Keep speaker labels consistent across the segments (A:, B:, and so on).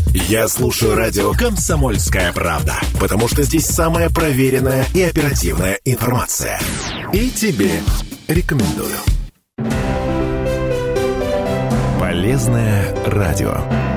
A: Я слушаю радио «Комсомольская правда», потому что здесь самая проверенная и оперативная информация. И тебе рекомендую. Полезное радио.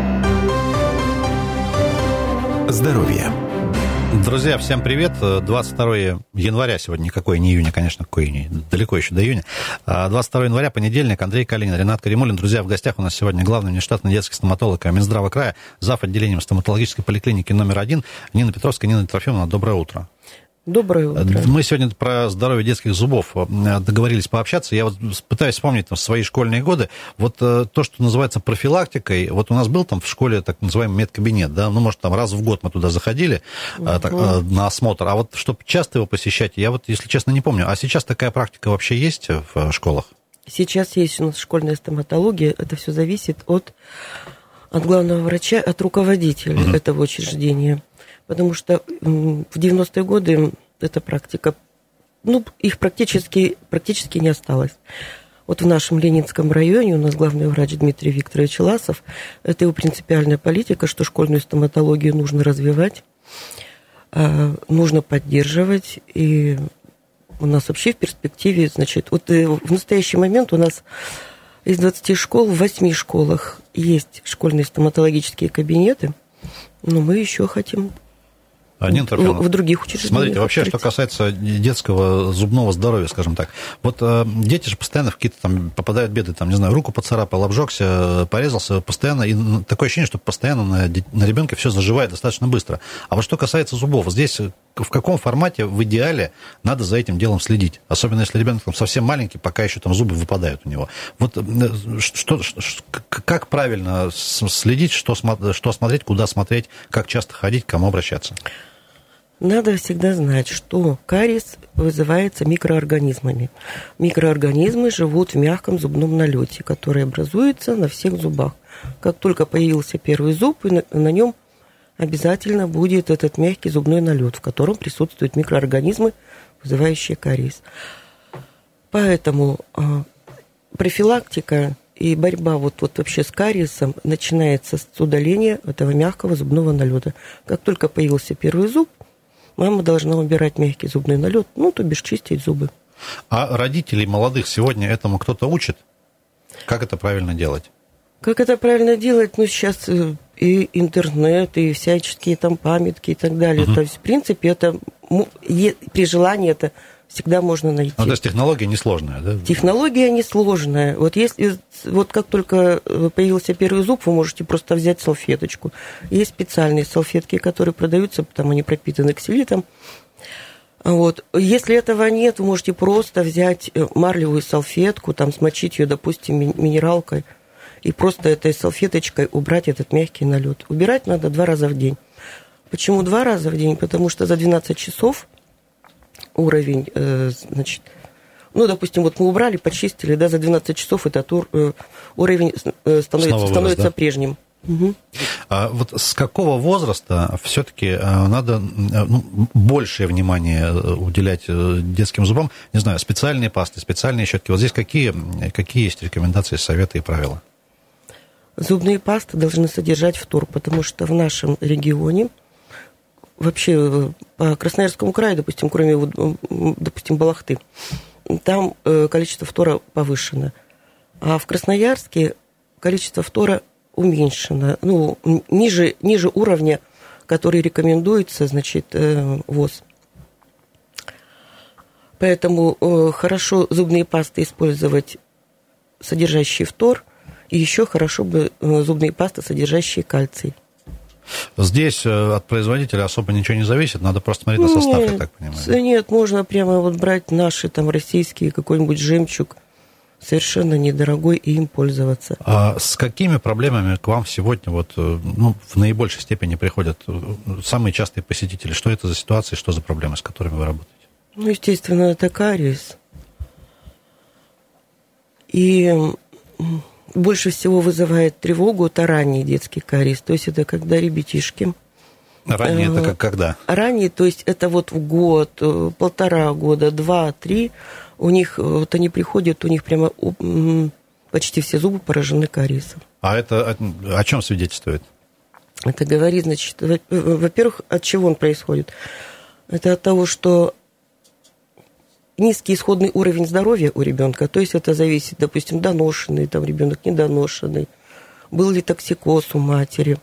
A: Здоровье.
B: Друзья, всем привет. 22 января сегодня, никакой не июня, конечно, какой июня, далеко еще до июня. 22 января, понедельник, Андрей Калинин, Ренат Каримуллин. Друзья, в гостях у нас сегодня главный внештатный детский стоматолог Минздрава края, зав. Отделением стоматологической поликлиники номер 1 Нина Петровская. Нина Трофимовна, доброе утро.
C: Доброе утро.
B: Мы сегодня про здоровье детских зубов договорились пообщаться. Я вот пытаюсь вспомнить свои школьные годы. Вот то, что называется профилактикой, вот у нас был там в школе так называемый медкабинет, да, ну, может, там раз в год мы туда заходили на осмотр, а вот чтобы часто его посещать, я вот, если честно, не помню. А сейчас такая практика вообще есть в школах?
C: Сейчас есть у нас школьная стоматология. Это все зависит от главного врача, от руководителя этого учреждения. Потому что в 90-е годы эта практика, ну, их практически не осталось. Вот в нашем Ленинском районе у нас главный врач Дмитрий Викторович Ласов. Это его принципиальная политика, что школьную стоматологию нужно развивать, нужно поддерживать. И у нас вообще в перспективе, значит, вот в настоящий момент у нас из 20 школ в 8 школах есть школьные стоматологические кабинеты, но мы еще хотим в других учреждениях.
B: Смотрите, вообще, что касается детского зубного здоровья, скажем так, вот дети же постоянно в какие-то там попадают в беды, там, не знаю, руку поцарапал, обжегся, порезался постоянно, и такое ощущение, что постоянно на ребенке все заживает достаточно быстро. А вот что касается зубов, здесь в каком формате в идеале надо за этим делом следить? Особенно если ребенок там совсем маленький, пока еще там зубы выпадают у него. Вот как правильно следить, что смотреть, куда смотреть, как часто ходить, к кому обращаться?
C: Надо всегда знать, что кариес вызывается микроорганизмами. Микроорганизмы живут в мягком зубном налете, который образуется на всех зубах. Как только появился первый зуб, на нем обязательно будет этот мягкий зубной налет, в котором присутствуют микроорганизмы, вызывающие кариес. Поэтому профилактика и борьба вот вообще с кариесом начинается с удаления этого мягкого зубного налета. Как только появился первый зуб, мама должна убирать мягкий зубной налет, ну, то бишь чистить зубы.
B: А родителей молодых сегодня этому кто-то учит? Как это правильно делать?
C: Как это правильно делать? Ну, сейчас и интернет, и всяческие там памятки и так далее. То есть, в принципе, это при желании это всегда можно найти.
B: Ну, то есть технология несложная, да?
C: Технология несложная. Вот если как только появился первый зуб, вы можете просто взять салфеточку. Есть специальные салфетки, которые продаются, там они пропитаны ксилитом. Вот. Если этого нет, вы можете просто взять марлевую салфетку, там, смочить ее, допустим, минералкой, и просто этой салфеточкой убрать этот мягкий налет. Убирать надо 2 раза в день. Почему 2 раза в день? Потому что за 12 часов уровень, значит, ну, допустим, вот мы убрали, почистили, да, за 12 часов этот уровень становится прежним. Угу.
B: А вот с какого возраста все-таки надо большее внимание уделять детским зубам? Не знаю, специальные пасты, специальные щетки. Вот здесь какие есть рекомендации, советы и правила?
C: Зубные пасты должны содержать фтор, потому что в нашем регионе вообще по Красноярскому краю, допустим, кроме, допустим, Балахты, там количество фтора повышено. А в Красноярске количество фтора уменьшено, ну, ниже уровня, который рекомендуется, значит, ВОЗ. Поэтому хорошо зубные пасты использовать, содержащие фтор, и еще хорошо бы зубные пасты, содержащие кальций.
B: Здесь от производителя особо ничего не зависит, надо просто смотреть на состав, я так понимаю.
C: Нет, можно прямо вот брать наши там российские, какой-нибудь жемчуг, совершенно недорогой, и им пользоваться.
B: А с какими проблемами к вам сегодня вот, ну, в наибольшей степени приходят самые частые посетители? Что это за ситуации, что за проблемы, с которыми вы работаете?
C: Ну, естественно, это кариес. И больше всего вызывает тревогу это ранний детский кариес. То есть это когда ребятишки...
B: Ранний это как когда?
C: Ранний, то есть это вот в год, 1,5 года, 2-3, у них, вот они приходят, у них прямо почти все зубы поражены кариесом.
B: А это о чем свидетельствует?
C: Это говорит, значит, во-первых, от чего он происходит? Это от того, что низкий исходный уровень здоровья у ребенка, то есть это зависит, допустим, доношенный там ребенок, недоношенный, был ли токсикоз у матери,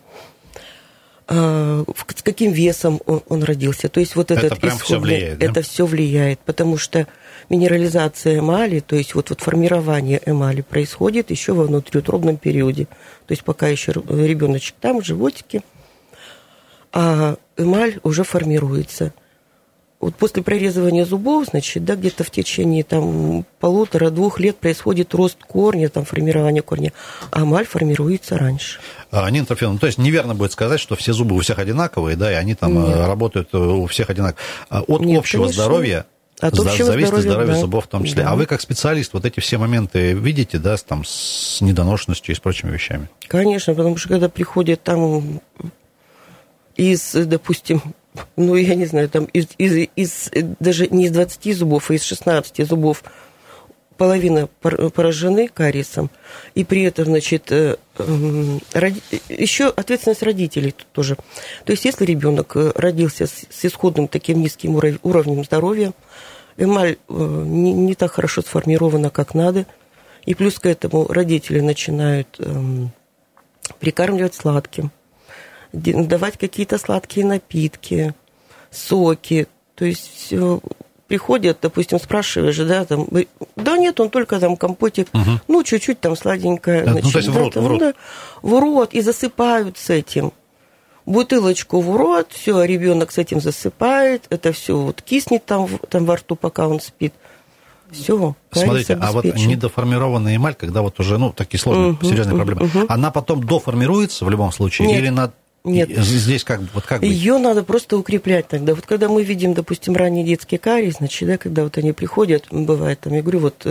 C: с каким весом он родился. То есть вот
B: это
C: этот
B: прям
C: исходный,
B: все влияет, да?
C: Это все влияет, потому что минерализация эмали, то есть вот формирование эмали происходит еще во внутриутробном периоде. То есть пока еще ребеночек там, в животике, а эмаль уже формируется. Вот после прорезывания зубов, значит, да, где-то в течение там 1,5-2 лет происходит рост корня, там, формирование корня, а эмаль формируется раньше.
B: Нина Трофимовна, то есть неверно будет сказать, что все зубы у всех одинаковые, да, и они там работают у всех одинаково. От общего конечно. Здоровья зависит здоровье да. зубов в том числе. Да. А вы как специалист вот эти все моменты видите, да, там, с недоношенностью и с прочими вещами? Конечно, потому что когда приходят там из, допустим, ну, я не знаю, там из даже не из 20 зубов, а из 16 зубов половина поражены кариесом, и при этом, значит, еще ответственность родителей тут тоже. То есть, если ребенок родился с исходным таким низким уровнем здоровья, эмаль не так хорошо сформирована, как надо, и плюс к этому родители начинают прикармливать сладким, давать какие-то сладкие напитки, соки. То есть приходят, допустим, спрашиваешь, да, там, да нет, он только там компотик, ну, чуть-чуть там сладенькое. Значит, ну, то есть врут. Да, в рот и засыпают с этим. Бутылочку в рот, все, ребенок с этим засыпает, это все вот киснет там во рту, пока он спит. Все. Смотрите, а вот недоформированная эмаль, когда вот уже, ну, такие сложные, серьезные проблемы, она потом доформируется в любом случае? Нет. Или надо... Нет. Здесь как быть? Ее надо просто укреплять тогда. Вот когда мы видим, допустим, ранний детский кариес, значит, да, когда вот они приходят, бывает, там, я говорю, вот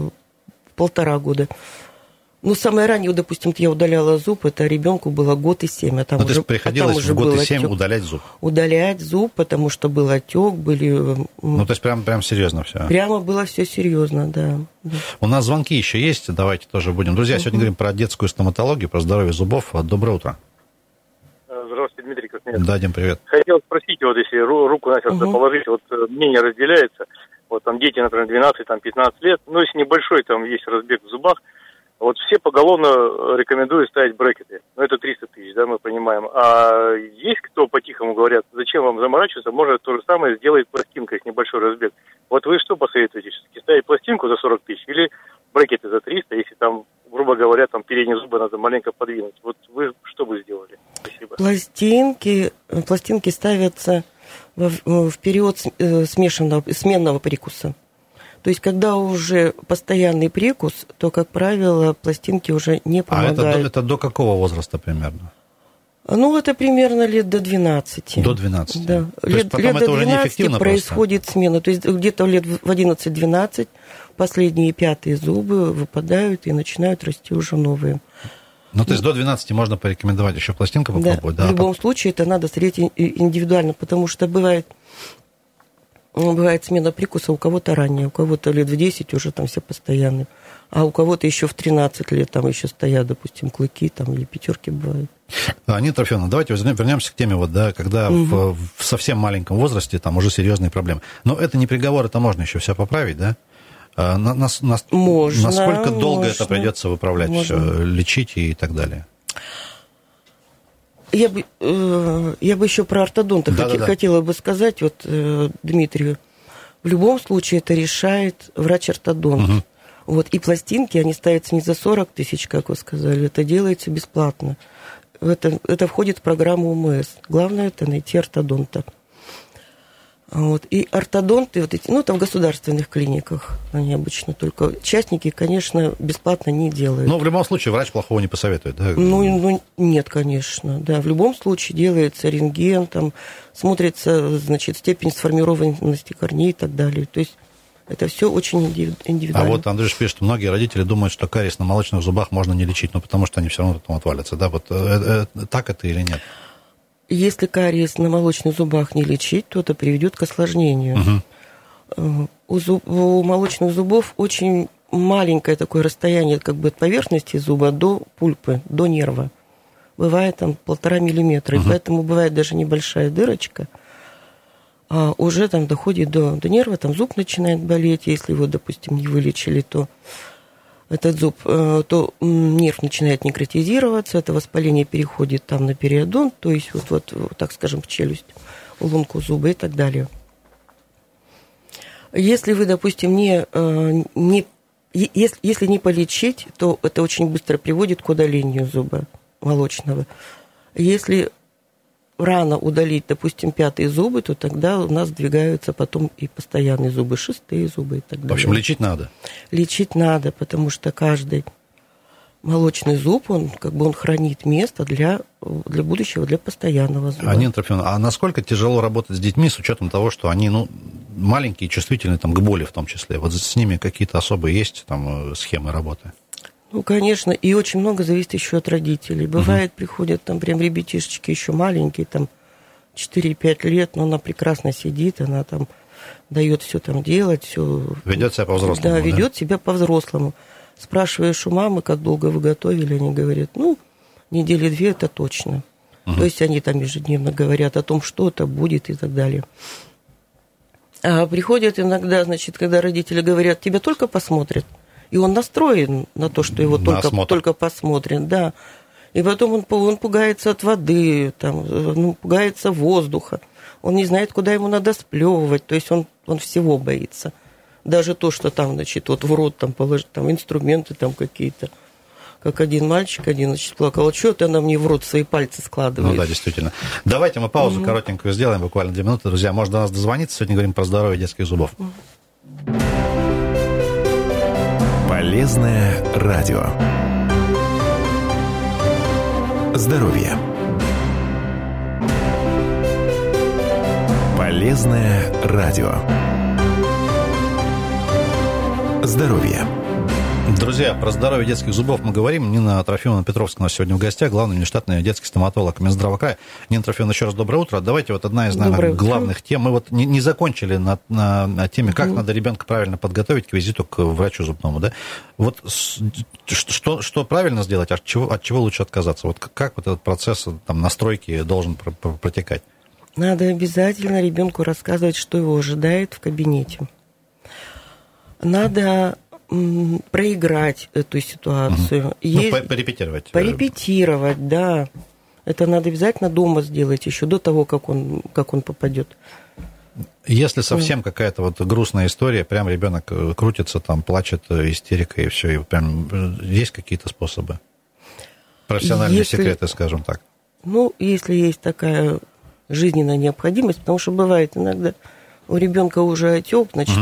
B: 1,5 года. Ну, самое раннее, допустим, я удаляла зуб, это ребенку было 1 год и 7. А там уже, то есть приходилось в 1 год и 7 отек. Удалять зуб? Удалять зуб, потому что был отек, были... Ну, то есть прям серьезно все? Прямо было все серьезно, да. У нас звонки еще есть, давайте тоже будем. Друзья, сегодня говорим про детскую стоматологию, про здоровье зубов. Доброе утро.
D: Здравствуйте, Дмитрий Краснов.
B: Да, Дим, привет.
D: Хотел спросить, вот если руку начал положить, вот мнение разделяется, вот там дети, например, 12, там 15 лет, ну, если небольшой, там есть разбег в зубах, вот все поголовно рекомендуют ставить брекеты. Ну, это 300 тысяч, да, мы понимаем. А есть кто по-тихому говорят, зачем вам заморачиваться, можно то же самое сделать пластинкой с небольшой разбег. Вот вы что посоветуете? Ставить пластинку за 40 тысяч или брекеты за 300, если там, грубо говоря, там передние зубы надо маленько подвинуть. Вот вы что бы сделали? Спасибо.
C: Пластинки ставятся в период сменного прикуса. То есть, когда уже постоянный прикус, то, как правило, пластинки уже не помогают.
B: А это до какого возраста примерно?
C: Ну, это примерно лет до 12.
B: До 12?
C: Да. Лет до 12 происходит просто смена. То есть, где-то лет в 11-12 последние 5-е зубы выпадают и начинают расти уже новые.
B: Ну, то есть, до 12 можно порекомендовать еще пластинку попробовать?
C: Да, в любом случае это надо смотреть индивидуально, потому что бывает смена прикуса у кого-то ранее, у кого-то лет в 10 уже там все постоянные, а у кого-то еще в 13 лет там еще стоят, допустим, клыки там или пятерки бывают.
B: Нина Трофимовна, давайте вернемся к теме, вот, да, когда в совсем маленьком возрасте там уже серьезные проблемы. Но это не приговор, это можно еще все поправить, да?
C: Можно.
B: Насколько долго это придется выправлять, все, лечить и так далее?
C: Я бы еще про ортодонта хотела бы сказать, вот Дмитрию. В любом случае это решает врач-ортодонт. Вот, и пластинки, они ставятся не за 40 тысяч, как вы сказали, это делается бесплатно. Это входит в программу ОМС. Главное это найти ортодонта. Вот. И ортодонты, вот эти, ну, там в государственных клиниках они обычно только. Частники, конечно, бесплатно не делают.
B: Но в любом случае врач плохого не посоветует, да?
C: Ну нет, конечно. Да, в любом случае делается рентген, там смотрится, значит, степень сформированности корней и так далее. То есть это все очень индивидуально.
B: А вот Андрюш пишет, что многие родители думают, что кариес на молочных зубах можно не лечить, но потому что они все равно потом отвалятся. Да, вот так это или нет?
C: Если кариес на молочных зубах не лечить, то это приведет к осложнению. У молочных зубов очень маленькое такое расстояние как бы от поверхности зуба до пульпы, до нерва. бывает там 1,5 миллиметра. И поэтому бывает даже небольшая дырочка, а уже там доходит до нерва, там зуб начинает болеть. Если его, допустим, не вылечили, то этот зуб, то нерв начинает некротизироваться, это воспаление переходит там на периодонт, то есть вот так скажем, в челюсть, в лунку зуба и так далее. Если вы, допустим, если не полечить, то это очень быстро приводит к удалению зуба молочного. Если рано удалить, допустим, 5-е зубы, то тогда у нас двигаются потом и постоянные зубы, 6-е зубы и так далее.
B: В общем, лечить надо.
C: Лечить надо, потому что каждый молочный зуб, он хранит место для будущего, для постоянного зуба.
B: Нина Трофимовна, а насколько тяжело работать с детьми с учетом того, что они, маленькие, чувствительные там, к боли в том числе? Вот с ними какие-то особые есть там схемы работы?
C: Конечно, и очень много зависит еще от родителей. Бывает, приходят там прям ребятишечки еще маленькие, там 4-5 лет, но она прекрасно сидит, она там дает все там делать, все.
B: Ведет себя по-взрослому.
C: Да, ведет себя по-взрослому. Спрашиваешь у мамы, как долго вы готовили, они говорят, 2 недели это точно. То есть они там ежедневно говорят о том, что это будет и так далее. А приходят иногда, значит, когда родители говорят, тебя только посмотрят. И он настроен на то, что его только посмотрят, да. И потом он пугается от воды, пугается воздуха. Он не знает, куда ему надо сплевывать. То есть он всего боится. Даже то, что там, значит, в рот там положить там инструменты там какие-то. Как один мальчик, значит, плакал, что ты она мне в рот свои пальцы складывает.
B: Да, действительно. Давайте мы паузу коротенькую сделаем, буквально 2 минуты. Друзья, можно до нас дозвониться. Сегодня говорим про здоровье детских зубов.
A: Полезное радио. Здоровье. Полезное радио. Здоровье.
B: Друзья, про здоровье детских зубов мы говорим. Нина Трофимовна Петровская у нас сегодня в гостях, главный внештатный детский стоматолог Минздрава края. Нина Трофимовна, еще раз доброе утро. Давайте одна из, наверное, главных тем. Мы не закончили на теме, как надо ребенка правильно подготовить к визиту к врачу зубному. Да? Что правильно сделать, от чего лучше отказаться? Как этот процесс настройки должен протекать?
C: Надо обязательно ребенку рассказывать, что его ожидает в кабинете. Надо проиграть эту ситуацию.
B: Порепетировать.
C: Порепетировать, да. Это надо обязательно дома сделать еще до того, как он попадет.
B: Если совсем какая-то грустная история, прям ребенок крутится, плачет, истерика и все, и прям есть какие-то способы? Профессиональные секреты, скажем так.
C: Если есть такая жизненная необходимость, потому что бывает иногда у ребенка уже отек, значит,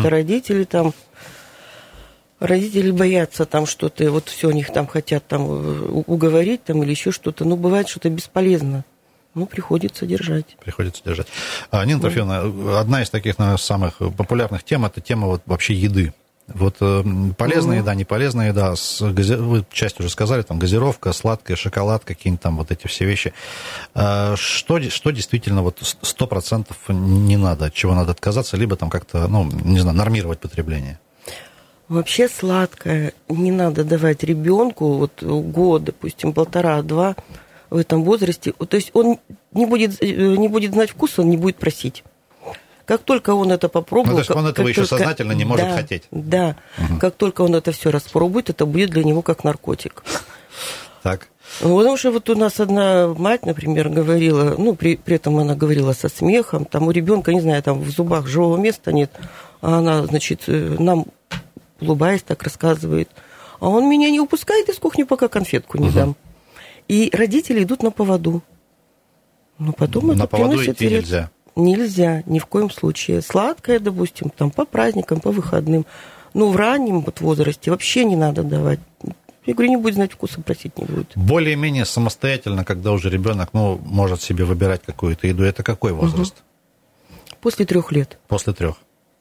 C: Родители боятся что-то, все у них хотят уговорить или еще что-то. Бывает что-то бесполезно. Приходится держать.
B: Нина Трофимовна, одна из таких, наверное, самых популярных тем, это тема вообще еды. Полезная еда, неполезная еда, вы часть уже сказали, газировка, сладкая, шоколад, какие-нибудь эти все вещи. Что действительно 100% не надо, от чего надо отказаться, либо как-то, нормировать потребление?
C: Вообще сладкое не надо давать ребенку год, допустим, 1,5-2 в этом возрасте. То есть он не будет знать вкус, он не будет просить. Как только он это попробует...
B: то есть он этого еще сознательно не может хотеть.
C: Да, как только он это все распробует, это будет для него как наркотик.
B: Так.
C: Потому что у нас одна мать, например, говорила, при этом она говорила со смехом, у ребенка, не знаю, в зубах живого места нет, а она, значит, нам... улыбаясь, так рассказывает. А он меня не упускает из кухни, пока конфетку не дам. И родители идут на поводу. Но потом
B: на поводу идти нельзя.
C: Нельзя, ни в коем случае. Сладкое, допустим, по праздникам, по выходным. В раннем возрасте вообще не надо давать. Я говорю, не будет знать вкуса, просить не будет.
B: Более-менее самостоятельно, когда уже ребенок может себе выбирать какую-то еду. Это какой возраст? После
C: 3 лет.
B: После 3.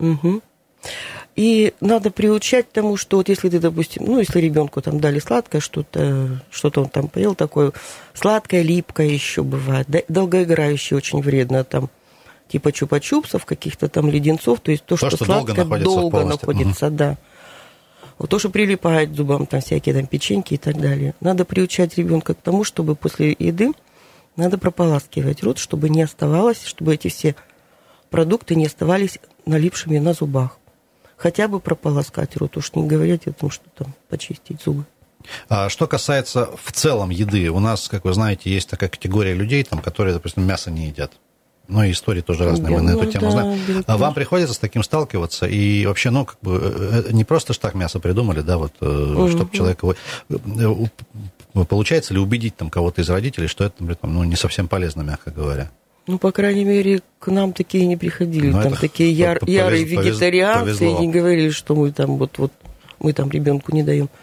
C: И надо приучать к тому, что если ты, допустим, если ребенку дали сладкое, что-то он поел такое, сладкое, липкое еще бывает, долгоиграющее очень вредно, типа чупа-чупсов, каких-то леденцов, то есть то, что сладкое долго находится, да. Вот то, что прилипает к зубам, там всякие там печеньки и так далее. Надо приучать ребенка к тому, чтобы после еды надо прополаскивать рот, чтобы не оставалось, чтобы эти все продукты не оставались налипшими на зубах. Хотя бы прополоскать рот, уж не говорить о том, что там почистить зубы.
B: А что касается в целом еды, у нас, как вы знаете, есть такая категория людей, там, которые, допустим, мясо не едят. Ну, и истории тоже разные, мы на эту тему знаем. А вам приходится с таким сталкиваться? И вообще, ну, как бы, не просто ж так мясо придумали, да, вот, чтобы человека... Получается ли убедить там кого-то из родителей, что это, например, ну, не совсем полезно, мягко говоря?
C: Ну, по крайней мере, к нам такие не приходили. Ну, там такие ярые вегетарианцы и не говорили, что мы там мы там ребенку не даем.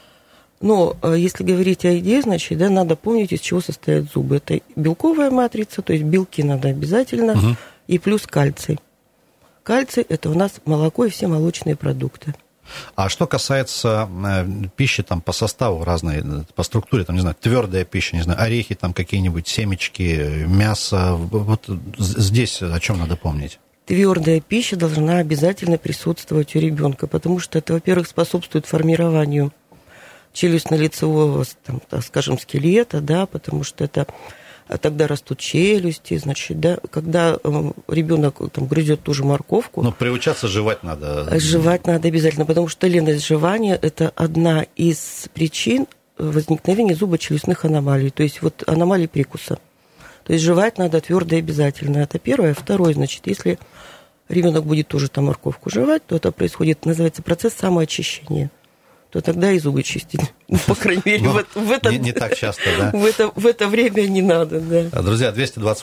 C: Но если говорить о еде, значит, да, надо помнить, из чего состоят зубы. Это белковая матрица, то есть белки надо обязательно, и плюс кальций. Кальций – это у нас молоко и все молочные продукты.
B: А что касается пищи там, по составу разной, по структуре, там, не знаю, твердая пища, не знаю, орехи, там какие-нибудь семечки, мясо, вот здесь о чем надо помнить?
C: Твердая пища должна обязательно присутствовать у ребенка, потому что это, во-первых, способствует формированию челюстно-лицевого, там, так скажем, скелета, да, потому что это тогда растут челюсти, значит, да, когда ребенок там грызет ту же морковку.
B: Но приучаться жевать надо.
C: Жевать надо обязательно, потому что леность жевания – это одна из причин возникновения зубочелюстных аномалий, то есть вот аномалий прикуса. То есть жевать надо твердо обязательно. Это первое. Второе, значит, если ребенок будет тоже там морковку жевать, то это происходит, называется процесс самоочищения. То тогда и зубы чистить. По крайней мере,
B: не так часто, да?
C: В это время не надо, да.
B: Друзья,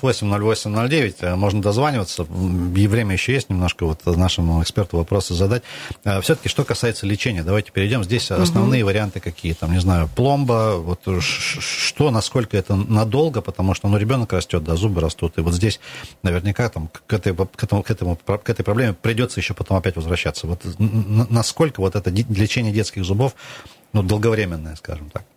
B: 228-08-09, можно дозваниваться, и время еще есть немножко вот нашему эксперту вопросы задать. Все-таки, что касается лечения, давайте перейдем. Здесь основные варианты какие, там, не знаю, пломба, вот что, насколько это надолго, потому что, ну, ребенок растет, да, зубы растут, и вот здесь наверняка там к этой проблеме придется еще потом опять возвращаться. Вот насколько вот это лечение детских зубов, ну, долговременное, скажем так.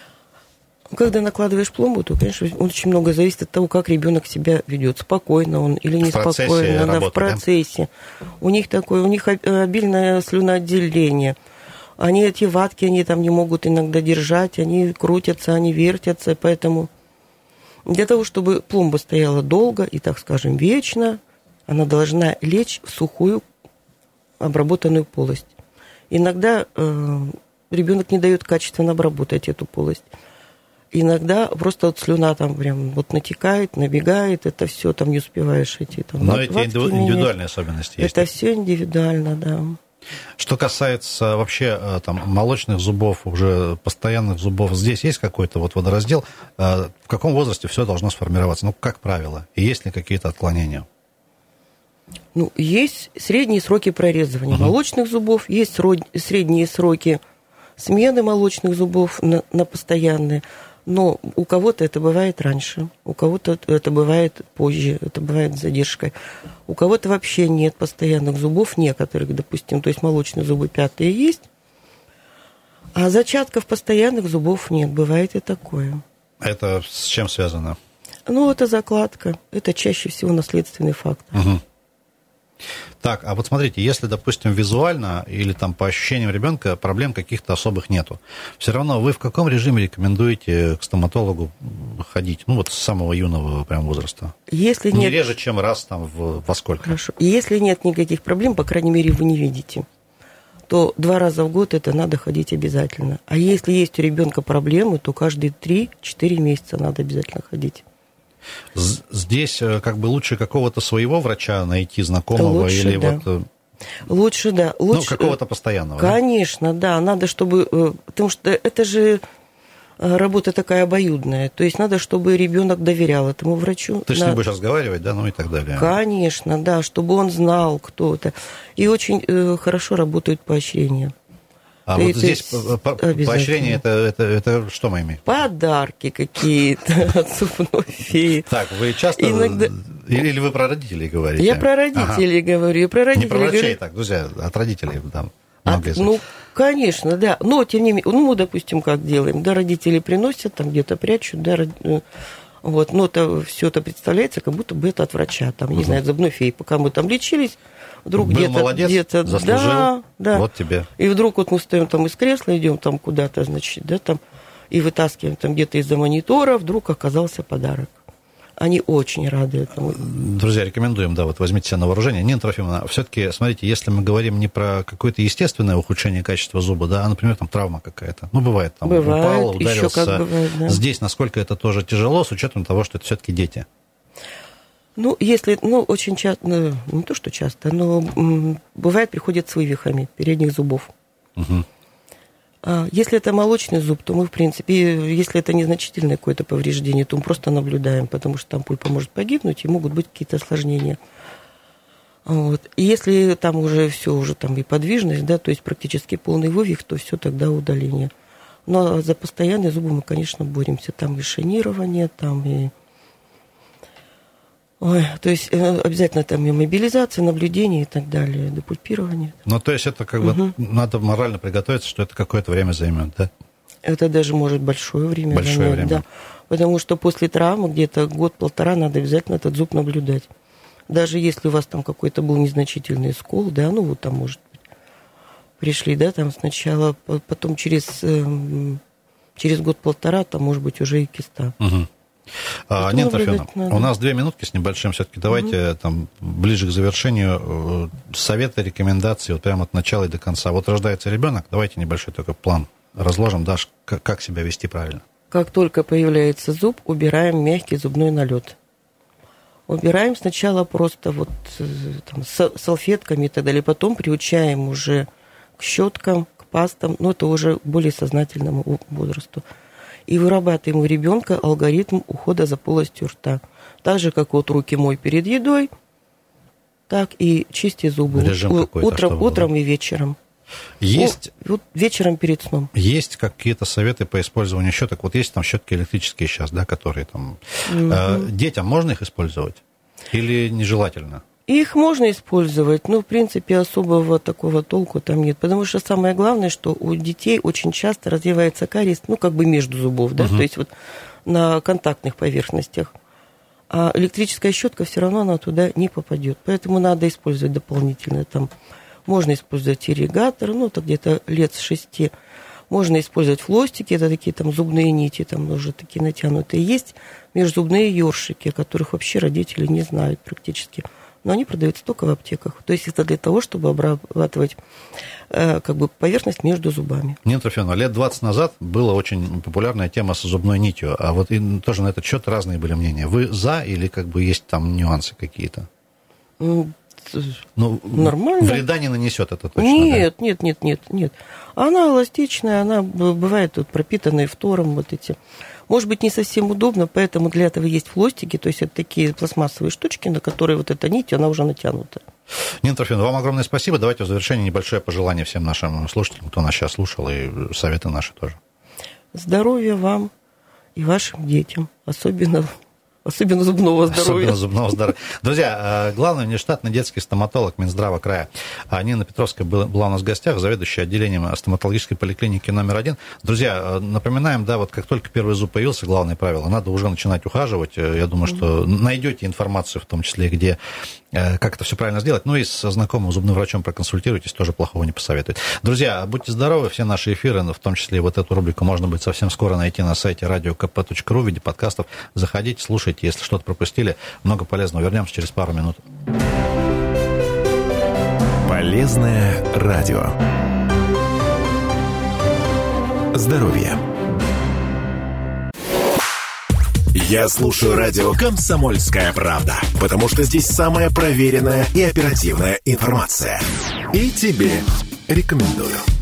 C: Когда накладываешь пломбу, то, конечно, очень много зависит от того, как ребенок себя ведет. Спокойно он или неспокойно. В процессе. Да? У них обильное слюноотделение. Они эти ватки, они там не могут иногда держать, они крутятся, они вертятся. Поэтому для того, чтобы пломба стояла долго и, так скажем, вечно, она должна лечь в сухую обработанную полость. Иногда ребенок не дает качественно обработать эту полость. Иногда просто вот слюна там прям вот натекает, набегает, это все там не успеваешь идти. Там,
B: но эти индивидуальные особенности есть.
C: Это все индивидуально, да.
B: Что касается вообще там молочных зубов, уже постоянных зубов, здесь есть какой-то вот водораздел? В каком возрасте все должно сформироваться? Ну, как правило. И есть ли какие-то отклонения?
C: Ну, есть средние сроки прорезывания молочных зубов, есть средние сроки смены молочных зубов на постоянные, но у кого-то это бывает раньше, у кого-то это бывает позже, это бывает с задержкой. У кого-то вообще нет постоянных зубов, некоторых, допустим, то есть молочные зубы пятые есть, а зачатков постоянных зубов нет, бывает и такое.
B: Это с чем связано?
C: Ну, это закладка, это чаще всего наследственный фактор.
B: Так, а вот смотрите, если, допустим, визуально или там по ощущениям ребенка проблем каких-то особых нету, все равно вы в каком режиме рекомендуете к стоматологу ходить? Ну, вот с самого юного прям возраста.
C: Если
B: не
C: нет...
B: реже, чем раз там во сколько?
C: Хорошо. Если нет никаких проблем, по крайней мере, вы не видите, то 2 раза в год это надо ходить обязательно. А если есть у ребенка проблемы, то каждые 3-4 месяца надо обязательно ходить.
B: Здесь как бы лучше какого-то своего врача найти, знакомого,
C: лучше,
B: или
C: да.
B: вот...
C: Лучше, да. Лучше,
B: ну, какого-то постоянного.
C: Конечно, да. Надо, чтобы... Потому что это же работа такая обоюдная. То есть надо, чтобы ребенок доверял этому врачу.
B: Ты с ним будешь разговаривать, да, ну и так далее.
C: Конечно, да, чтобы он знал, кто это. И очень хорошо работают поощрения.
B: А вот здесь поощрение, это что мы имеем?
C: Подарки какие-то от зубной феи.
B: Так, вы часто...
C: Иногда...
B: Или вы про родителей говорите?
C: Я про родителей говорю. Я про родителей
B: не про врачей,
C: говорю.
B: Так, друзья, от родителей там.
C: Ну, конечно, да. Но, тем не менее, ну, мы, допустим, как делаем? Да, родители приносят, там где-то прячут, да, Вот, но все это представляется, как будто бы это от врача, там, не знаю, зубной феи. Пока мы там лечились, вдруг
B: был молодец,
C: где-то
B: заслужил,
C: да.
B: Вот тебе.
C: И вдруг вот мы встаем там из кресла, идем там куда-то, значит, да, там, и вытаскиваем там где-то из-за монитора, вдруг оказался подарок. Они очень рады этому.
B: Друзья, рекомендуем, да, вот возьмите себя на вооружение. Нина Трофимовна, все-таки, смотрите, если мы говорим не про какое-то естественное ухудшение качества зуба, да, а, например, там травма какая-то. Ну, бывает, там упал, ударился.
C: Бывает, да.
B: Здесь насколько это тоже тяжело, с учетом того, что это все-таки дети?
C: Ну, если, очень часто, не то, что часто, но бывает, приходят с вывихами передних зубов.
B: Угу.
C: Если это молочный зуб, то мы, в принципе, если это незначительное какое-то повреждение, то мы просто наблюдаем, потому что там пульпа может погибнуть, и могут быть какие-то осложнения. Вот. И если там уже все, уже там и подвижность, да, то есть практически полный вывих, то все тогда удаление. Но за постоянные зубы мы, конечно, боремся. Там и шинирование, там и... Ой, то есть обязательно там и мобилизация, наблюдение и так далее, депульпирование.
B: Ну, то есть это как бы надо морально приготовиться, что это какое-то время займет, да?
C: Это даже может большое время занять, да. Потому что после травмы где-то год-полтора надо обязательно этот зуб наблюдать. Даже если у вас там какой-то был незначительный скол, да, ну вот там, может быть, пришли, да, там сначала, потом через год-полтора там может быть уже и киста.
B: Угу. Нина Трофимовна, у нас 2 минутки с небольшим, все-таки давайте там ближе к завершению советы, рекомендации, вот прямо от начала и до конца. Вот рождается ребенок, давайте небольшой только план разложим, Даш, как себя вести правильно.
C: Как только появляется зуб, убираем мягкий зубной налет. Убираем сначала просто вот там, салфетками и так далее, потом приучаем уже к щеткам, к пастам, но это уже к более сознательному возрасту. И вырабатываем у ребенка алгоритм ухода за полостью рта. Так же, как вот руки мой перед едой, так и чисти зубы. Утром и вечером.
B: Есть...
C: Вот вечером перед сном.
B: Есть какие-то советы по использованию щеток? Вот есть там щетки электрические сейчас, да, которые там... Детям можно их использовать? Или нежелательно?
C: Их можно использовать, но, в принципе, особого такого толку там нет. Потому что самое главное, что у детей очень часто развивается кариес, ну, как бы между зубов, да, то есть вот на контактных поверхностях. А электрическая щетка все равно она туда не попадет. Поэтому надо использовать дополнительно. Там можно использовать ирригатор, ну, это где-то лет с 6. Можно использовать флостики, это такие там зубные нити, там уже такие натянутые. Есть межзубные ёршики, о которых вообще родители не знают практически. Но они продаются только в аптеках. То есть это для того, чтобы обрабатывать как бы поверхность между зубами.
B: Нина Трофимовна, лет 20 назад была очень популярная тема с зубной нитью, а вот и тоже на этот счет разные были мнения. Вы за или как бы есть там нюансы какие-то?
C: Нормально.
B: Вреда не нанесет это точно?
C: Нет,
B: да?
C: нет. Она эластичная, она бывает вот пропитанная фтором вот эти. Может быть, не совсем удобно, поэтому для этого есть флостики, то есть это такие пластмассовые штучки, на которые вот эта нить, она уже натянута.
B: Нина Трофимовна, вам огромное спасибо. Давайте в завершение небольшое пожелание всем нашим слушателям, кто нас сейчас слушал, и советы наши тоже.
C: Здоровья вам и вашим детям, особенно зубного здоровья.
B: Особенно зубного здоровья. Друзья, главный внештатный детский стоматолог Минздрава края Нина Петровская была у нас в гостях, заведующая отделением стоматологической поликлиники номер 1. Друзья, напоминаем, да, вот как только первый зуб появился, главное правило, надо уже начинать ухаживать. Я думаю, что найдете информацию, в том числе, где, как это все правильно сделать. Ну и со знакомым зубным врачом проконсультируйтесь, тоже плохого не посоветует. Друзья, будьте здоровы, все наши эфиры, в том числе и вот эту рубрику, можно будет совсем скоро найти на сайте radiokp.ru в виде подкастов. Заходите, слушайте. Если что-то пропустили, много полезного. Вернемся через пару минут.
A: Полезное радио. Здоровье. Я слушаю радио «Комсомольская правда», потому что здесь самая проверенная и оперативная информация. И тебе рекомендую.